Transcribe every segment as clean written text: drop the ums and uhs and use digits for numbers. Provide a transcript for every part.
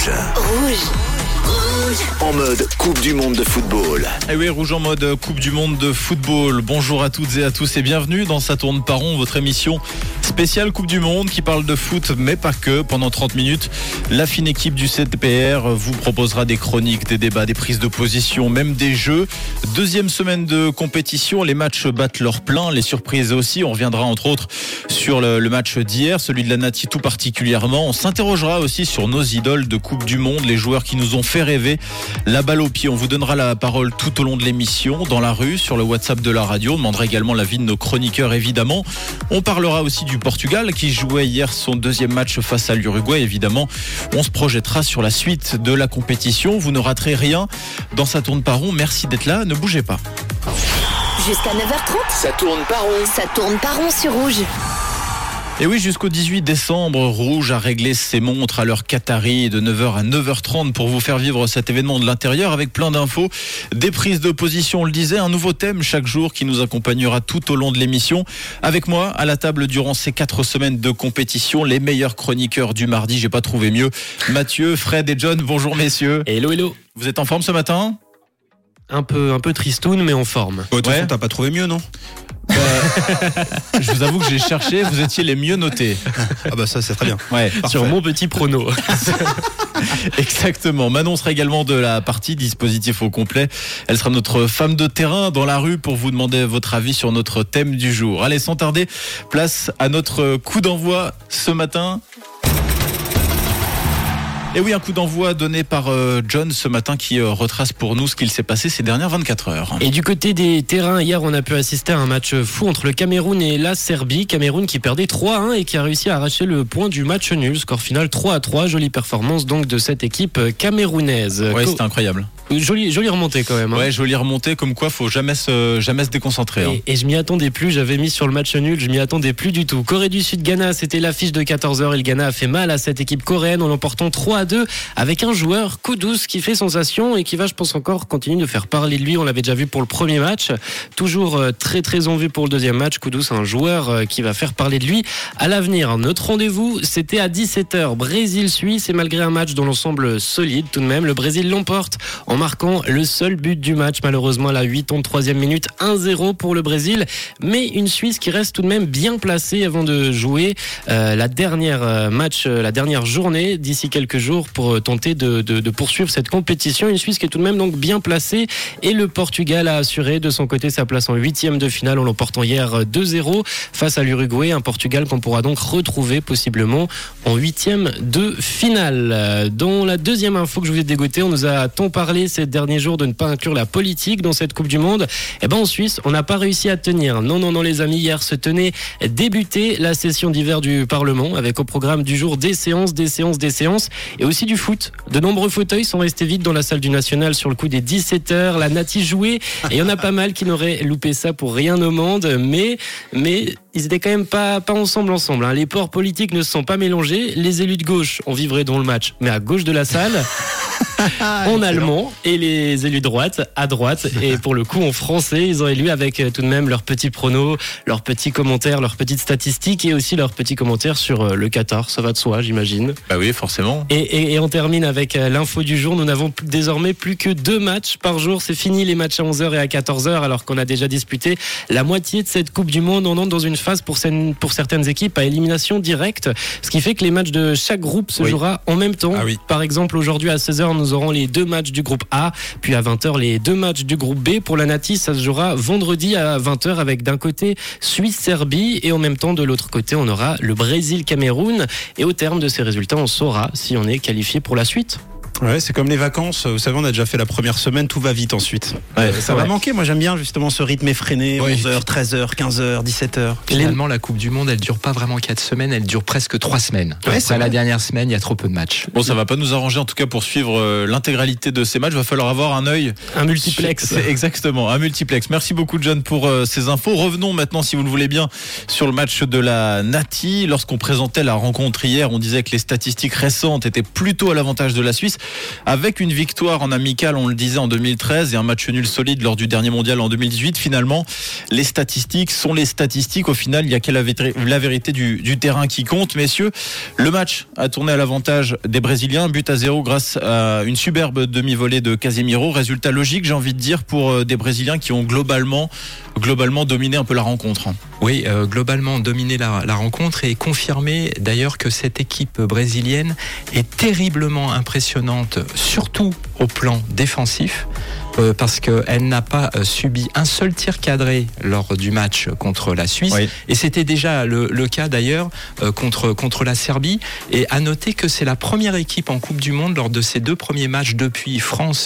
Rouge. En mode Coupe du Monde de football. Et oui, Rouge en mode Coupe du Monde de football. Bonjour à toutes et à tous et bienvenue dans Ça tourne pas rond, votre émission spéciale Coupe du Monde qui parle de foot, mais pas que. Pendant 30 minutes, la fine équipe du CTPR vous proposera des chroniques, des débats, des prises de position, même des jeux. Deuxième semaine de compétition, les matchs battent leur plein, les surprises aussi. On reviendra entre autres sur le match d'hier, celui de la Nati tout particulièrement. On s'interrogera aussi sur nos idoles de Coupe du Monde, les joueurs qui nous ont fait rêver. La balle au pied, on vous donnera la parole tout au long de l'émission, dans la rue, sur le WhatsApp de la radio. On demandera également l'avis de nos chroniqueurs, évidemment. On parlera aussi du Portugal qui jouait hier son deuxième match face à l'Uruguay, évidemment. On se projettera sur la suite de la compétition. Vous ne raterez rien dans Ça tourne pas rond. Merci d'être là, ne bougez pas. Jusqu'à 9h30, Ça tourne pas rond. ça tourne pas rond sur Rouge. Et oui, jusqu'au 18 décembre, Rouge a réglé ses montres à l'heure qatari de 9h à 9h30 pour vous faire vivre cet événement de l'intérieur avec plein d'infos, des prises de position, on le disait, un nouveau thème chaque jour qui nous accompagnera tout au long de l'émission. Avec moi, à la table durant ces 4 semaines de compétition, les meilleurs chroniqueurs du mardi, j'ai pas trouvé mieux. Mathieu, Fred et John, bonjour messieurs. Hello. Vous êtes en forme ce matin ? Un peu tristoun, mais en forme. De toute façon, t'as pas trouvé mieux, non ? Je vous avoue que j'ai cherché, vous étiez les mieux notés. Ah bah ça, c'est très bien. Ouais. Sur mon petit prono. Exactement. Manon sera également de la partie dispositif au complet. Elle sera notre femme de terrain dans la rue pour vous demander votre avis sur notre thème du jour. Allez, sans tarder, place à notre coup d'envoi ce matin. Et oui, un coup d'envoi donné par John ce matin qui retrace pour nous ce qu'il s'est passé ces dernières 24 heures. Et du côté des terrains, hier, on a pu assister à un match fou entre le Cameroun et la Serbie. Cameroun qui perdait 3-1 et qui a réussi à arracher le point du match nul. Score final 3-3. Jolie performance donc de cette équipe camerounaise. Ouais, c'était incroyable. Jolie remontée quand même. Hein. Ouais, jolie remontée, comme quoi faut jamais se déconcentrer. Hein. Et je m'y attendais plus, j'avais mis sur le match nul, je m'y attendais plus du tout. Corée du Sud, Ghana, c'était l'affiche de 14h et le Ghana a fait mal à cette équipe coréenne en l'emportant 3-2 avec un joueur, Kudus, qui fait sensation et qui va, je pense, encore continuer de faire parler de lui. On l'avait déjà vu pour le premier match, toujours très en vue pour le deuxième match. Kudus, un joueur qui va faire parler de lui à l'avenir. Notre rendez-vous, c'était à 17h, Brésil-Suisse, et malgré un match dans l'ensemble solide tout de même, le Brésil l'emporte en marquant le seul but du match, malheureusement à la 83e minute, 1-0 pour le Brésil, mais une Suisse qui reste tout de même bien placée avant de jouer la dernière journée d'ici quelques jours pour tenter de poursuivre cette compétition. Une Suisse qui est tout de même donc bien placée, et le Portugal a assuré de son côté sa place en 8e de finale en l'emportant hier 2-0 face à l'Uruguay, un Portugal qu'on pourra donc retrouver possiblement en 8e de finale. Dans la deuxième info que je vous ai dégotée, on nous a tant parlé ces derniers jours de ne pas inclure la politique dans cette Coupe du Monde. Et ben en Suisse, on n'a pas réussi à tenir. Non les amis, hier se tenait débuter la session d'hiver du Parlement avec au programme du jour des séances et aussi du foot. De nombreux fauteuils sont restés vides dans la salle du National sur le coup des 17h. La Nati jouait et il y en a pas mal qui n'auraient loupé ça pour rien au monde, mais ils étaient quand même pas ensemble. Hein. Les ports politiques ne se sont pas mélangés. Les élus de gauche ont vibré dans le match, mais à gauche de la salle. En allemand, et les élus de droite à droite, et pour le coup en français ils ont élu avec tout de même leurs petits pronos, leurs petits commentaires, leurs petites statistiques et aussi leurs petits commentaires sur le Qatar. Ça va de soi, j'imagine. Bah oui, forcément. Et on termine avec l'info du jour. Nous n'avons désormais plus que 2 matchs par jour. C'est fini les matchs à 11h et à 14h, alors qu'on a déjà disputé la moitié de cette Coupe du Monde. On entre dans une phase pour certaines équipes à élimination directe, ce qui fait que les matchs de chaque groupe se jouera en même temps. Ah oui. Par exemple, aujourd'hui à 16h, nous aurons les 2 matchs du groupe A, puis à 20h les 2 matchs du groupe B. Pour la Nati, ça se jouera vendredi à 20h avec d'un côté Suisse-Serbie et en même temps de l'autre côté on aura le Brésil-Cameroun, et au terme de ces résultats on saura si on est qualifié pour la suite. Ouais, c'est comme les vacances. Vous savez, on a déjà fait la première semaine, tout va vite ensuite. Ouais, ça va manquer. Moi, j'aime bien justement ce rythme effréné. 11h, 13h, 15h, 17h. Finalement, la Coupe du Monde, elle dure pas vraiment 4 semaines, elle dure presque 3 semaines. Ouais, après la dernière semaine, il y a trop peu de matchs. Bon, ça va pas nous arranger en tout cas pour suivre l'intégralité de ces matchs. Va falloir avoir un œil. Un multiplex. C'est exactement, un multiplex. Merci beaucoup John pour ces infos. Revenons maintenant, si vous le voulez bien, sur le match de la Nati. Lorsqu'on présentait la rencontre hier, on disait que les statistiques récentes étaient plutôt à l'avantage de la Suisse. avec une victoire en amical, on le disait, en 2013 et un match nul solide lors du dernier mondial en 2018. Finalement, les statistiques sont les statistiques. Au final, il n'y a que la vérité du terrain qui compte. Messieurs, le match a tourné à l'avantage des Brésiliens, but à 0 grâce à une superbe demi-volée de Casemiro. Résultat logique, j'ai envie de dire, pour des Brésiliens qui ont globalement dominé un peu la rencontre. Oui, globalement dominé la rencontre et confirmé d'ailleurs que cette équipe brésilienne est terriblement impressionnante, surtout au plan défensif. Parce qu'elle n'a pas subi un seul tir cadré lors du match contre la Suisse. Oui. Et c'était déjà le cas d'ailleurs contre la Serbie. Et à noter que c'est la première équipe en Coupe du Monde lors de ses 2 premiers matchs depuis France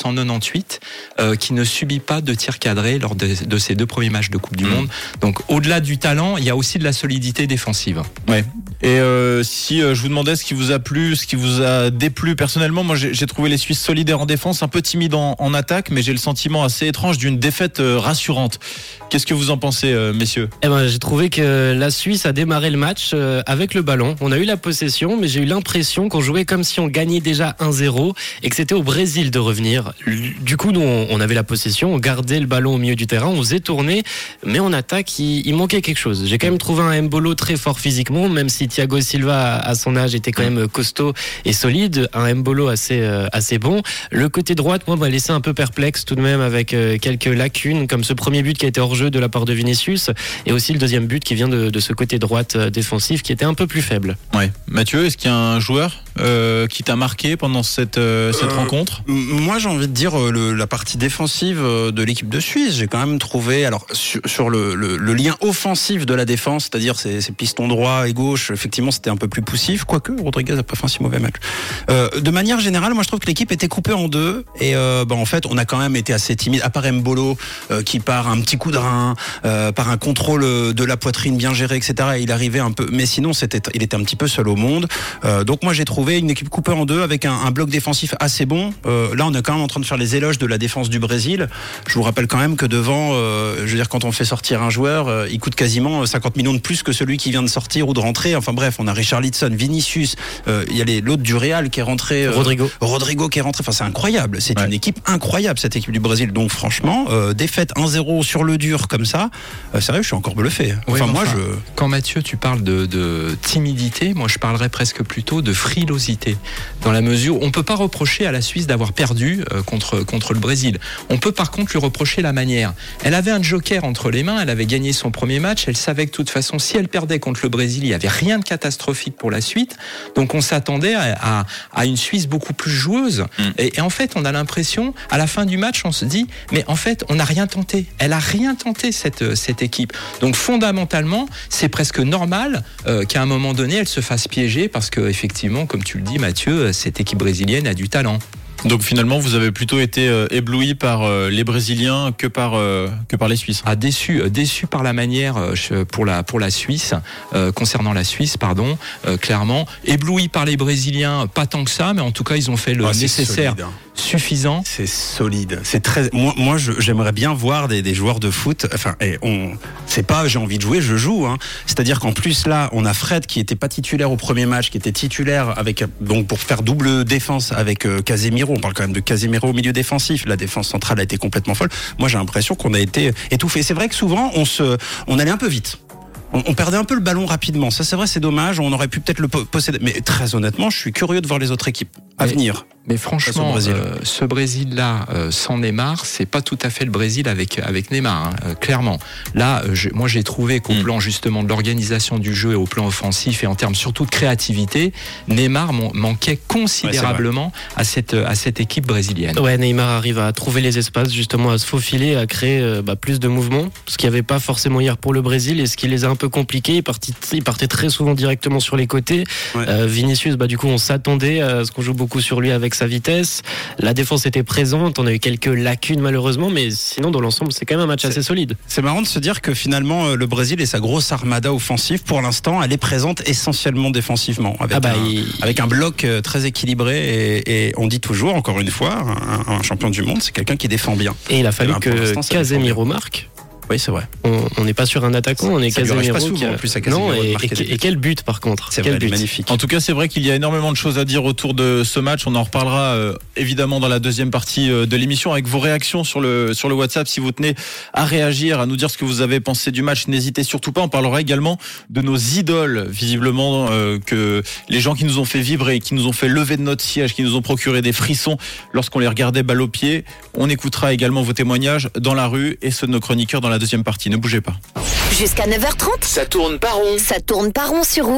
1998 qui ne subit pas de tir cadré lors de ses 2 premiers matchs de Coupe du Monde. Donc au-delà du talent, il y a aussi de la solidité défensive. Ouais. Et si je vous demandais ce qui vous a plu, ce qui vous a déplu personnellement, moi j'ai trouvé les Suisses solidaires en défense, un peu timides en attaque, mais j'ai le sentiment assez étrange d'une défaite rassurante. Qu'est-ce que vous en pensez, messieurs ? J'ai trouvé que la Suisse a démarré le match avec le ballon. On a eu la possession, mais j'ai eu l'impression qu'on jouait comme si on gagnait déjà 1-0 et que c'était au Brésil de revenir. Du coup, nous, on avait la possession, on gardait le ballon au milieu du terrain, on faisait tourner, mais en attaque, il manquait quelque chose. J'ai quand même trouvé un Mbolo très fort physiquement, même si Thiago Silva, à son âge, était quand même costaud et solide. Un Mbolo assez bon. Le côté droite, moi, m'a laissé un peu perplexe tout de même, avec quelques lacunes, comme ce premier but qui a été hors jeu de la part de Vinicius, et aussi le deuxième but qui vient de ce côté droite défensif qui était un peu plus faible. Ouais. Mathieu, est-ce qu'il y a un joueur qui t'a marqué pendant cette rencontre ? Moi, j'ai envie de dire la partie défensive de l'équipe de Suisse. J'ai quand même trouvé, alors sur le lien offensif de la défense, c'est-à-dire ces pistons droit et gauche, effectivement, c'était un peu plus poussif, quoique Rodriguez n'a pas fait un si mauvais match. De manière générale, moi, je trouve que l'équipe était coupée en deux, et en fait, on a quand même été assez timide, à part Mbolo qui part un petit coup de rein, par un contrôle de la poitrine bien géré, etc. Et il arrivait un peu, mais sinon il était un petit peu seul au monde. Donc moi j'ai trouvé une équipe coupée en deux avec un bloc défensif assez bon. Là on est quand même en train de faire les éloges de la défense du Brésil. Je vous rappelle quand même que devant, je veux dire, quand on fait sortir un joueur, il coûte quasiment 50 millions de plus que celui qui vient de sortir ou de rentrer. Enfin bref, on a Richarlison, Vinicius, il y a l'autre du Real qui est rentré, Rodrigo qui est rentré. Enfin c'est incroyable, c'est une équipe incroyable cette équipe du Brésil. Donc franchement, défaite 1-0 sur le dur comme ça, sérieux, je suis encore bluffé. Quand Mathieu, tu parles de timidité, moi je parlerais presque plutôt de frilosité, dans la mesure où on peut pas reprocher à la Suisse d'avoir perdu contre le Brésil. On peut par contre lui reprocher la manière. Elle avait un joker entre les mains, elle avait gagné son premier match, elle savait que de toute façon si elle perdait contre le Brésil, il y avait rien de catastrophique pour la suite. Donc on s'attendait à une Suisse beaucoup plus joueuse. Et en fait, on a l'impression, à la fin du match, on se dit, mais en fait, on n'a rien tenté. Elle a rien tenté, cette équipe. Donc fondamentalement, c'est presque normal qu'à un moment donné, elle se fasse piéger parce que effectivement, comme tu le dis, Mathieu, cette équipe brésilienne a du talent. Donc finalement, vous avez plutôt été ébloui par les Brésiliens que par les Suisses. Déçu par la manière pour la Suisse, concernant la Suisse, pardon, clairement. Ébloui par les Brésiliens, pas tant que ça, mais en tout cas, ils ont fait le nécessaire. Solide, hein. Suffisant. C'est solide. C'est très. Moi, j'aimerais bien voir des joueurs de foot. Enfin, c'est pas j'ai envie de jouer, je joue. Hein. C'est-à-dire qu'en plus là, on a Fred qui était pas titulaire au premier match, qui était titulaire donc pour faire double défense avec Casemiro. On parle quand même de Casemiro au milieu défensif. La défense centrale a été complètement folle. Moi, j'ai l'impression qu'on a été étouffé. C'est vrai que souvent, on allait un peu vite. On perdait un peu le ballon rapidement. Ça, c'est vrai, c'est dommage. On aurait pu peut-être le posséder. Mais très honnêtement, je suis curieux de voir les autres équipes à venir. Mais franchement, ce Brésil-là, sans Neymar, c'est pas tout à fait le Brésil avec Neymar, hein, clairement. Là, moi, j'ai trouvé qu'au plan justement de l'organisation du jeu et au plan offensif et en termes surtout de créativité, Neymar manquait considérablement à cette équipe brésilienne. Ouais, Neymar arrive à trouver les espaces, justement à se faufiler, à créer plus de mouvements, ce qu'il n'y avait pas forcément hier pour le Brésil et ce qui les a un peu compliqués. Il partait très souvent directement sur les côtés. Ouais. Vinicius, du coup, on s'attendait à ce qu'on joue beaucoup sur lui avec sa vitesse. La défense était présente, on a eu quelques lacunes malheureusement, mais sinon dans l'ensemble c'est quand même un match assez solide. C'est marrant de se dire que finalement le Brésil et sa grosse armada offensive, pour l'instant elle est présente essentiellement défensivement, avec un bloc très équilibré et on dit toujours, encore une fois, un champion du monde c'est quelqu'un qui défend bien. Et il a fallu que Casemiro marque. Oui, c'est vrai. On n'est pas sur un attaquant, on est Ça lui arrive Casemiro. pas souvent, en plus, à Casemiro, Non, de marquer des buts. et quel but par contre. C'est Quel vrai, il est but. magnifique. En tout cas, c'est vrai qu'il y a énormément de choses à dire autour de ce match. On en reparlera évidemment dans la deuxième partie de l'émission avec vos réactions sur le WhatsApp. Si vous tenez à réagir, à nous dire ce que vous avez pensé du match, n'hésitez surtout pas. On parlera également de nos idoles, visiblement, que les gens qui nous ont fait vibrer, qui nous ont fait lever de notre siège, qui nous ont procuré des frissons lorsqu'on les regardait balle au pied. On écoutera également vos témoignages dans la rue et ceux de nos chroniqueurs dans la deuxième partie. Ne bougez pas. Jusqu'à 9h30, Ça tourne par rond. ça tourne pas rond sur Rouge.